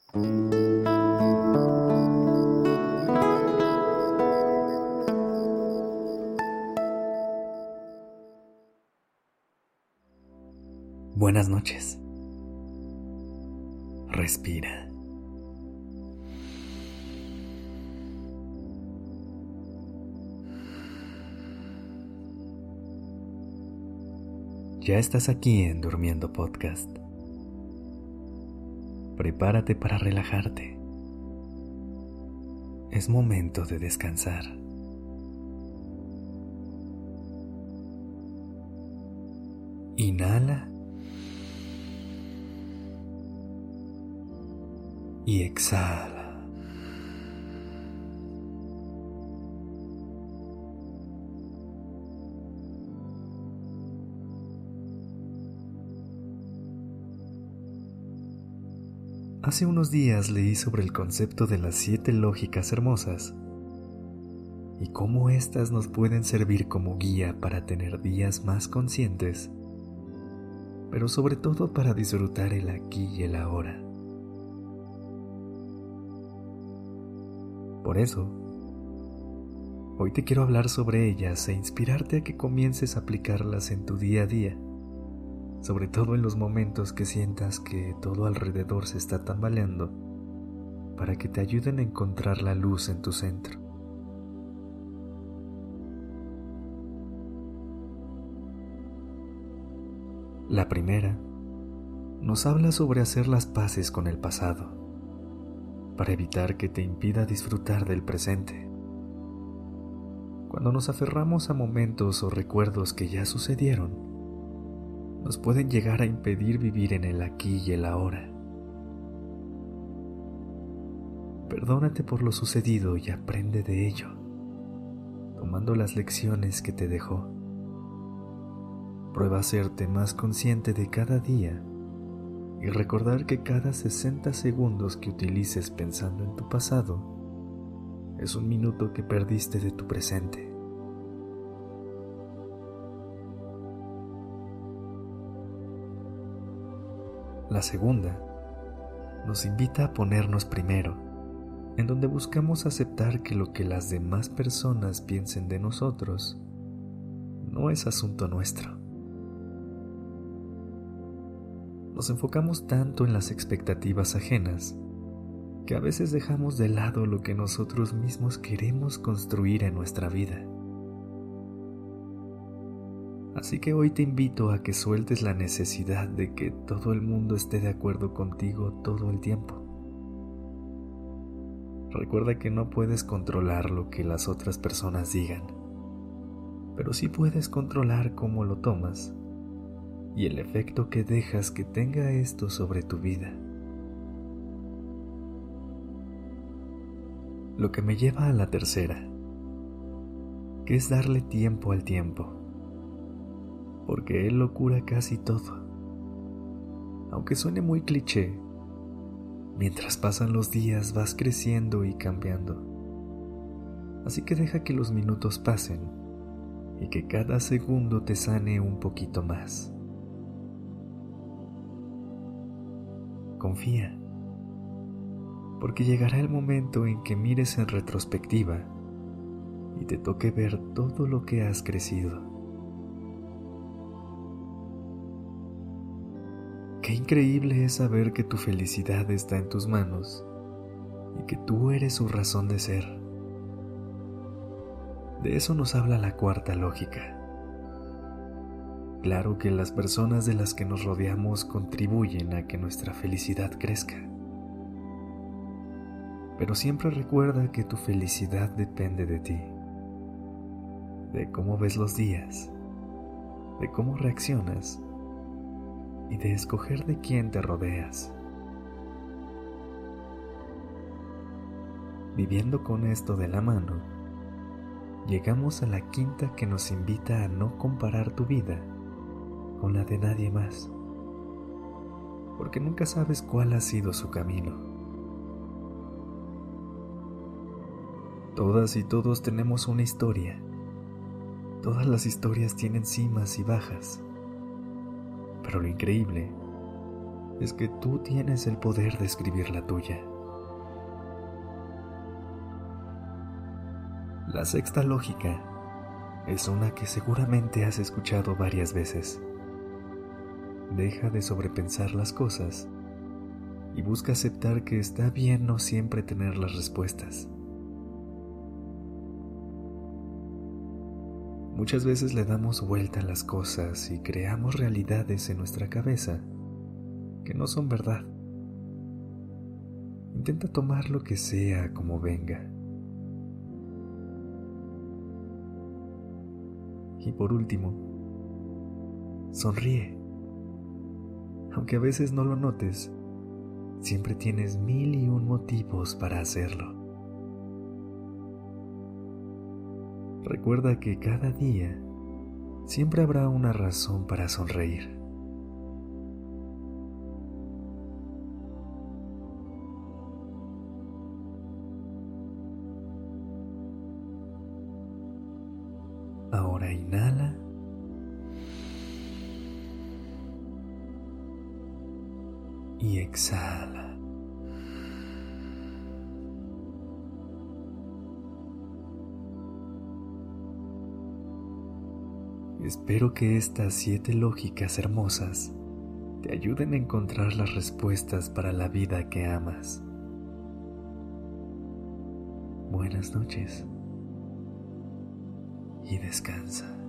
Buenas noches. Respira. Ya estás aquí en Durmiendo Podcast. Prepárate para relajarte. Es momento de descansar. Inhala y exhala. Hace unos días leí sobre el concepto de las 7 lógicas hermosas y cómo éstas nos pueden servir como guía para tener días más conscientes, pero sobre todo para disfrutar el aquí y el ahora. Por eso, hoy te quiero hablar sobre ellas e inspirarte a que comiences a aplicarlas en tu día a día, sobre todo en los momentos que sientas que todo alrededor se está tambaleando, para que te ayuden a encontrar la luz en tu centro. La primera nos habla sobre hacer las paces con el pasado, para evitar que te impida disfrutar del presente. Cuando nos aferramos a momentos o recuerdos que ya sucedieron, nos pueden llegar a impedir vivir en el aquí y el ahora. Perdónate por lo sucedido y aprende de ello, tomando las lecciones que te dejó. Prueba a serte más consciente de cada día y recordar que cada 60 segundos que utilices pensando en tu pasado es un minuto que perdiste de tu presente. La segunda nos invita a ponernos primero, en donde buscamos aceptar que lo que las demás personas piensen de nosotros no es asunto nuestro. Nos enfocamos tanto en las expectativas ajenas que a veces dejamos de lado lo que nosotros mismos queremos construir en nuestra vida. Así que hoy te invito a que sueltes la necesidad de que todo el mundo esté de acuerdo contigo todo el tiempo. Recuerda que no puedes controlar lo que las otras personas digan, pero sí puedes controlar cómo lo tomas y el efecto que dejas que tenga esto sobre tu vida. Lo que me lleva a la tercera, que es darle tiempo al tiempo, porque él lo cura casi todo. Aunque suene muy cliché, mientras pasan los días vas creciendo y cambiando. Así que deja que los minutos pasen y que cada segundo te sane un poquito más. Confía, porque llegará el momento en que mires en retrospectiva y te toque ver todo lo que has crecido. Qué increíble es saber que tu felicidad está en tus manos y que tú eres su razón de ser. De eso nos habla la cuarta lógica. Claro que las personas de las que nos rodeamos contribuyen a que nuestra felicidad crezca. Pero siempre recuerda que tu felicidad depende de ti, de cómo ves los días, de cómo reaccionas y de escoger de quién te rodeas. Viviendo con esto de la mano, llegamos a la quinta que nos invita a no comparar tu vida con la de nadie más, porque nunca sabes cuál ha sido su camino. Todas y todos tenemos una historia. Todas las historias tienen cimas y bajas. Pero lo increíble es que tú tienes el poder de escribir la tuya. La sexta lógica es una que seguramente has escuchado varias veces. Deja de sobrepensar las cosas y busca aceptar que está bien no siempre tener las respuestas. Muchas veces le damos vuelta a las cosas y creamos realidades en nuestra cabeza que no son verdad. Intenta tomar lo que sea como venga. Y por último, sonríe. Aunque a veces no lo notes, siempre tienes 1001 motivos para hacerlo. Recuerda que cada día siempre habrá una razón para sonreír. Ahora inhala y exhala. Espero que estas 7 lógicas hermosas te ayuden a encontrar las respuestas para la vida que amas. Buenas noches y descansa.